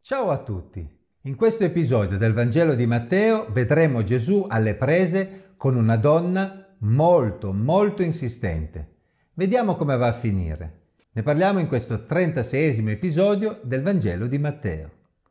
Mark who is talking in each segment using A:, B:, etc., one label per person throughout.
A: Ciao a tutti! In questo episodio del Vangelo di Matteo vedremo Gesù alle prese con una donna molto insistente. Vediamo come va a finire. Ne parliamo in questo 36esimo episodio del Vangelo di Matteo.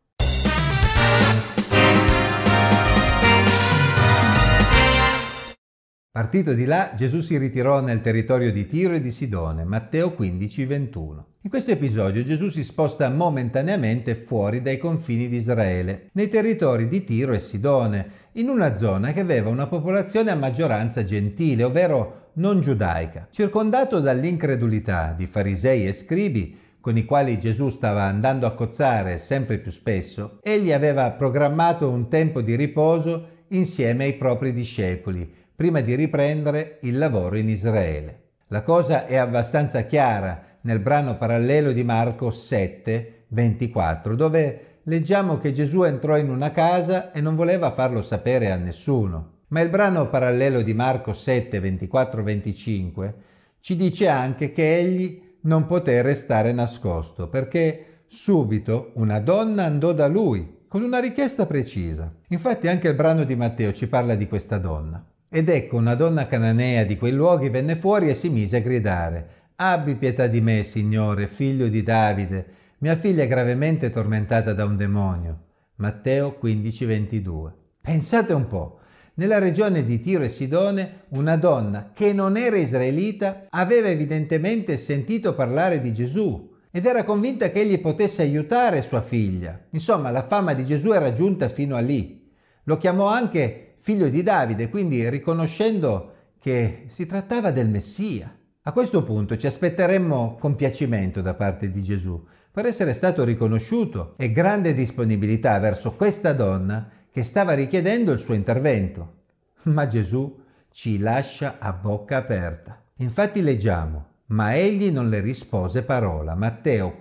A: Partito di là, Gesù si ritirò nel territorio di Tiro e di Sidone, Matteo 15:21. In questo episodio Gesù si sposta momentaneamente fuori dai confini di Israele, nei territori di Tiro e Sidone, in una zona che aveva una popolazione a maggioranza gentile, ovvero non giudaica. Circondato dall'incredulità di farisei e scribi, con i quali Gesù stava andando a cozzare sempre più spesso, egli aveva programmato un tempo di riposo insieme ai propri discepoli, prima di riprendere il lavoro in Israele. La cosa è abbastanza chiara nel brano parallelo di Marco 7:24, dove leggiamo che Gesù entrò in una casa e non voleva farlo sapere a nessuno. Ma il brano parallelo di Marco 7:24-25 ci dice anche che egli non poté restare nascosto, perché subito una donna andò da lui con una richiesta precisa. Infatti anche il brano di Matteo ci parla di questa donna. Ed ecco, una donna cananea di quei luoghi venne fuori e si mise a gridare: «Abbi pietà di me, Signore, figlio di Davide, mia figlia è gravemente tormentata da un demonio». Matteo 15:22. Pensate un po', nella regione di Tiro e Sidone una donna che non era israelita aveva evidentemente sentito parlare di Gesù ed era convinta che egli potesse aiutare sua figlia. Insomma, la fama di Gesù era giunta fino a lì. Lo chiamò anche figlio di Davide, quindi riconoscendo che si trattava del Messia. A questo punto ci aspetteremmo compiacimento da parte di Gesù per essere stato riconosciuto e grande disponibilità verso questa donna che stava richiedendo il suo intervento. Ma Gesù ci lascia a bocca aperta. Infatti leggiamo: «Ma egli non le rispose parola». Matteo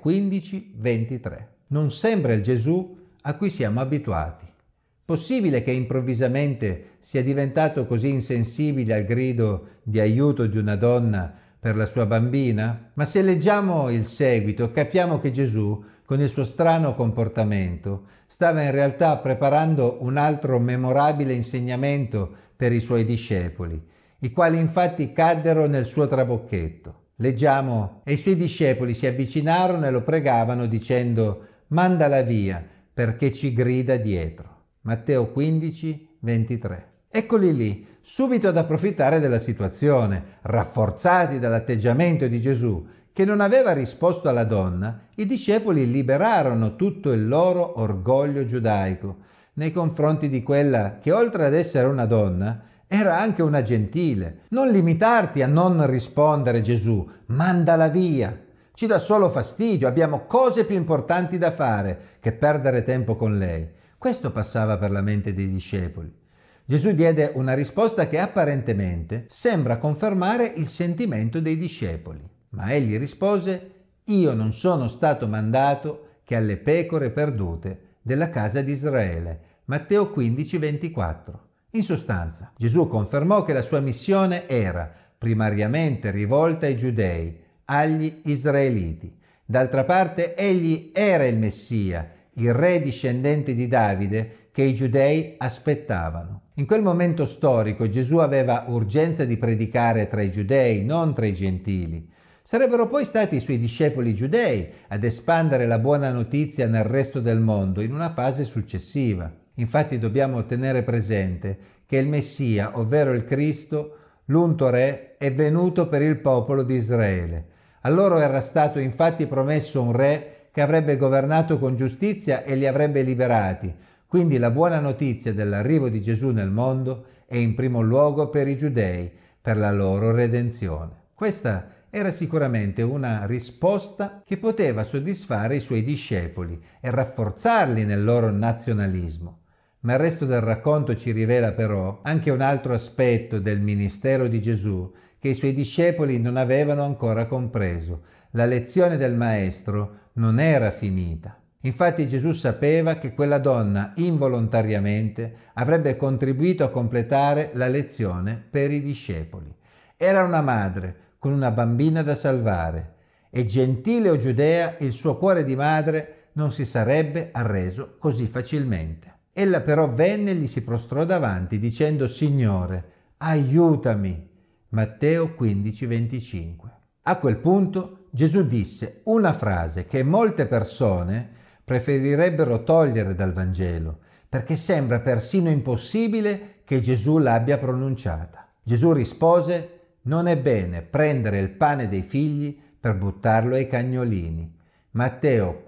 A: 15:23. Non sembra il Gesù a cui siamo abituati. Possibile che improvvisamente sia diventato così insensibile al grido di aiuto di una donna per la sua bambina? Ma se leggiamo il seguito capiamo che Gesù, con il suo strano comportamento, stava in realtà preparando un altro memorabile insegnamento per i suoi discepoli, i quali infatti caddero nel suo trabocchetto. Leggiamo: «E i suoi discepoli si avvicinarono e lo pregavano dicendo: mandala via, perché ci grida dietro». Matteo 15:23. Eccoli lì, subito ad approfittare della situazione, rafforzati dall'atteggiamento di Gesù, che non aveva risposto alla donna. I discepoli liberarono tutto il loro orgoglio giudaico nei confronti di quella che, oltre ad essere una donna, era anche una gentile. Non limitarti a non rispondere, Gesù, mandala via. Ci dà solo fastidio, abbiamo cose più importanti da fare che perdere tempo con lei. Questo passava per la mente dei discepoli. Gesù diede una risposta che apparentemente sembra confermare il sentimento dei discepoli. Ma egli rispose: «Io non sono stato mandato che alle pecore perdute della casa di Israele». Matteo 15:24. In sostanza, Gesù confermò che la sua missione era primariamente rivolta ai giudei, agli israeliti. D'altra parte, egli era il Messia, il re discendente di Davide che i giudei aspettavano. In quel momento storico Gesù aveva urgenza di predicare tra i giudei, non tra i gentili. Sarebbero poi stati i suoi discepoli giudei ad espandere la buona notizia nel resto del mondo in una fase successiva. Infatti dobbiamo tenere presente che il Messia, ovvero il Cristo, l'unto re, è venuto per il popolo di Israele. A loro era stato infatti promesso un re che avrebbe governato con giustizia e li avrebbe liberati. Quindi la buona notizia dell'arrivo di Gesù nel mondo è in primo luogo per i giudei, per la loro redenzione. Questa era sicuramente una risposta che poteva soddisfare i suoi discepoli e rafforzarli nel loro nazionalismo. Ma il resto del racconto ci rivela però anche un altro aspetto del ministero di Gesù che i suoi discepoli non avevano ancora compreso. La lezione del Maestro non era finita. Infatti Gesù sapeva che quella donna involontariamente avrebbe contribuito a completare la lezione per i discepoli. Era una madre con una bambina da salvare e, gentile o giudea, il suo cuore di madre non si sarebbe arreso così facilmente. Ella però venne e gli si prostrò davanti dicendo: Signore, aiutami. Matteo 15,25. A quel punto Gesù disse una frase che molte persone preferirebbero togliere dal Vangelo, perché sembra persino impossibile che Gesù l'abbia pronunciata. Gesù rispose: non è bene prendere il pane dei figli per buttarlo ai cagnolini. Matteo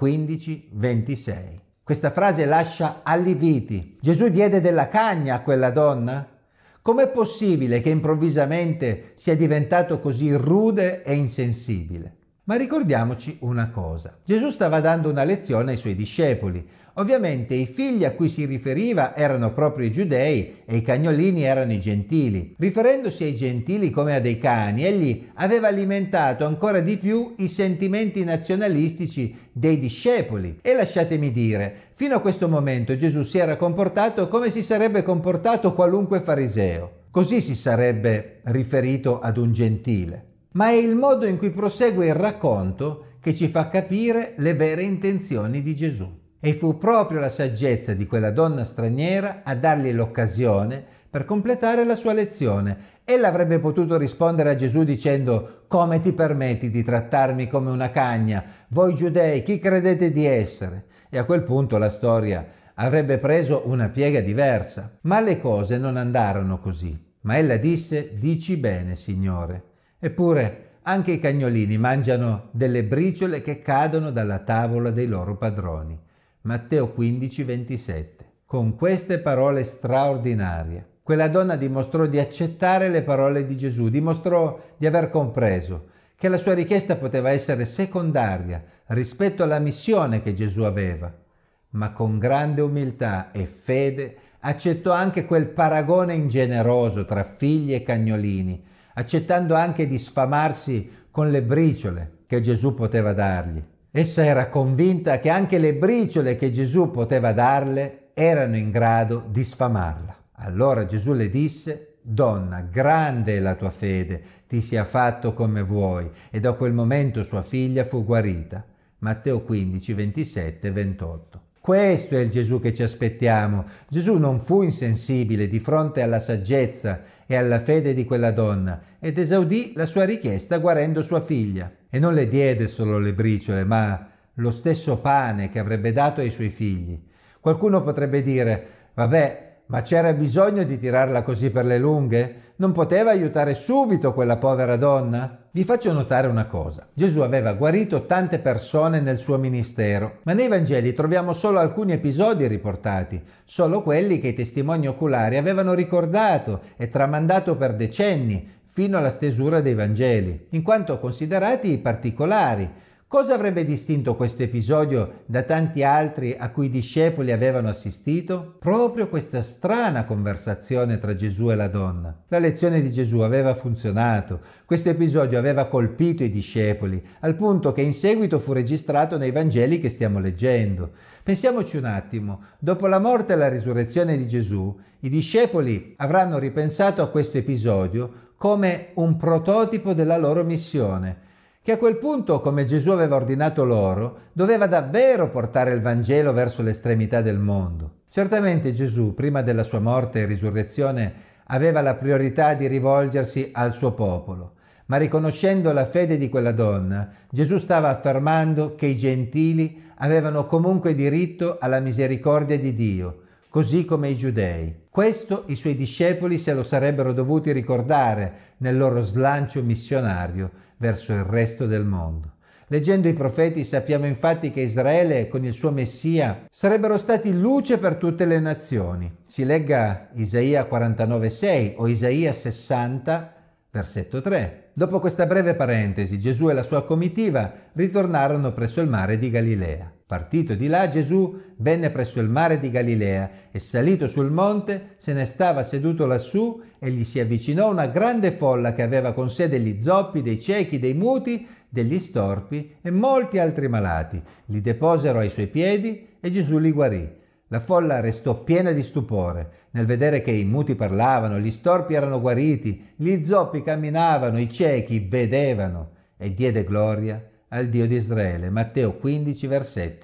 A: 15,26. Questa frase lascia allibiti. Gesù diede della cagna a quella donna? Com'è possibile che improvvisamente sia diventato così rude e insensibile? Ma ricordiamoci una cosa. Gesù stava dando una lezione ai suoi discepoli. Ovviamente i figli a cui si riferiva erano proprio i giudei e i cagnolini erano i gentili. Riferendosi ai gentili come a dei cani, egli aveva alimentato ancora di più i sentimenti nazionalistici dei discepoli. E lasciatemi dire, fino a questo momento Gesù si era comportato come si sarebbe comportato qualunque fariseo. Così si sarebbe riferito ad un gentile. Ma è il modo in cui prosegue il racconto che ci fa capire le vere intenzioni di Gesù. E fu proprio la saggezza di quella donna straniera a dargli l'occasione per completare la sua lezione. Ella avrebbe potuto rispondere a Gesù dicendo: come ti permetti di trattarmi come una cagna? Voi giudei, chi credete di essere? E a quel punto la storia avrebbe preso una piega diversa. Ma le cose non andarono così. Ma ella disse: dici bene, Signore. Eppure anche i cagnolini mangiano delle briciole che cadono dalla tavola dei loro padroni. Matteo 15,27. Con queste parole straordinarie, quella donna dimostrò di accettare le parole di Gesù, dimostrò di aver compreso che la sua richiesta poteva essere secondaria rispetto alla missione che Gesù aveva, ma con grande umiltà e fede accettò anche quel paragone ingeneroso tra figli e cagnolini, accettando anche di sfamarsi con le briciole che Gesù poteva dargli. Essa era convinta che anche le briciole che Gesù poteva darle erano in grado di sfamarla. Allora Gesù le disse: Donna, grande è la tua fede, ti sia fatto come vuoi. E da quel momento sua figlia fu guarita. Matteo 15, 27, 28. Questo è il Gesù che ci aspettiamo. Gesù non fu insensibile di fronte alla saggezza e alla fede di quella donna ed esaudì la sua richiesta guarendo sua figlia. E non le diede solo le briciole, ma lo stesso pane che avrebbe dato ai suoi figli. Qualcuno potrebbe dire: vabbè, ma c'era bisogno di tirarla così per le lunghe? Non poteva aiutare subito quella povera donna? Vi faccio notare una cosa. Gesù aveva guarito tante persone nel suo ministero, ma nei Vangeli troviamo solo alcuni episodi riportati, solo quelli che i testimoni oculari avevano ricordato e tramandato per decenni, fino alla stesura dei Vangeli, in quanto considerati particolari. Cosa avrebbe distinto questo episodio da tanti altri a cui i discepoli avevano assistito? Proprio questa strana conversazione tra Gesù e la donna. La lezione di Gesù aveva funzionato, questo episodio aveva colpito i discepoli, al punto che in seguito fu registrato nei Vangeli che stiamo leggendo. Pensiamoci un attimo, dopo la morte e la risurrezione di Gesù, i discepoli avranno ripensato a questo episodio come un prototipo della loro missione, che a quel punto, come Gesù aveva ordinato loro, doveva davvero portare il Vangelo verso l'estremità del mondo. Certamente Gesù, prima della sua morte e risurrezione, aveva la priorità di rivolgersi al suo popolo, ma riconoscendo la fede di quella donna, Gesù stava affermando che i gentili avevano comunque diritto alla misericordia di Dio, così come i giudei. Questo i suoi discepoli se lo sarebbero dovuti ricordare nel loro slancio missionario verso il resto del mondo. Leggendo i profeti sappiamo infatti che Israele con il suo Messia sarebbero stati luce per tutte le nazioni. Si legga Isaia 49,6 o Isaia 60, versetto 3. Dopo questa breve parentesi, Gesù e la sua comitiva ritornarono presso il mare di Galilea. Partito di là, Gesù venne presso il mare di Galilea e salito sul monte se ne stava seduto lassù e gli si avvicinò una grande folla che aveva con sé degli zoppi, dei ciechi, dei muti, degli storpi e molti altri malati. Li deposero ai suoi piedi e Gesù li guarì. La folla restò piena di stupore nel vedere che i muti parlavano, gli storpi erano guariti, gli zoppi camminavano, i ciechi vedevano e diede gloria al Dio di Israele. Matteo 15, versetti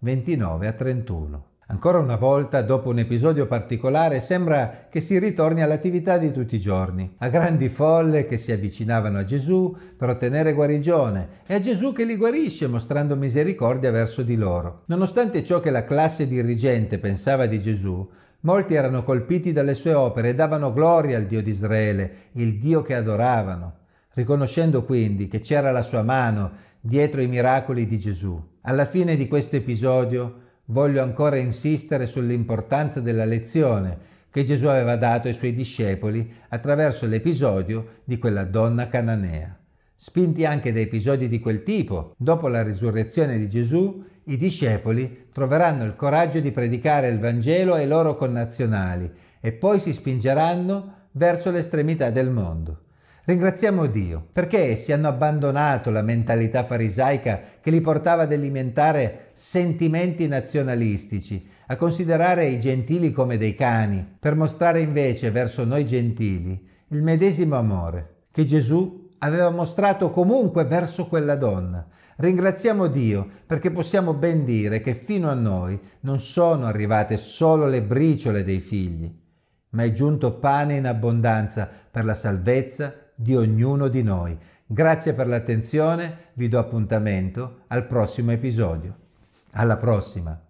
A: 29 a 31. Ancora una volta, dopo un episodio particolare, sembra che si ritorni all'attività di tutti i giorni, a grandi folle che si avvicinavano a Gesù per ottenere guarigione e a Gesù che li guarisce mostrando misericordia verso di loro. Nonostante ciò che la classe dirigente pensava di Gesù, molti erano colpiti dalle sue opere e davano gloria al Dio di Israele, il Dio che adoravano, riconoscendo quindi che c'era la sua mano dietro i miracoli di Gesù. Alla fine di questo episodio voglio ancora insistere sull'importanza della lezione che Gesù aveva dato ai suoi discepoli attraverso l'episodio di quella donna cananea. Spinti anche da episodi di quel tipo, dopo la risurrezione di Gesù, i discepoli troveranno il coraggio di predicare il Vangelo ai loro connazionali e poi si spingeranno verso l'estremità del mondo. Ringraziamo Dio perché essi hanno abbandonato la mentalità farisaica che li portava ad alimentare sentimenti nazionalistici, a considerare i gentili come dei cani, per mostrare invece verso noi gentili il medesimo amore che Gesù aveva mostrato comunque verso quella donna. Ringraziamo Dio perché possiamo ben dire che fino a noi non sono arrivate solo le briciole dei figli, ma è giunto pane in abbondanza per la salvezza di ognuno di noi. Grazie per l'attenzione, vi do appuntamento al prossimo episodio. Alla prossima!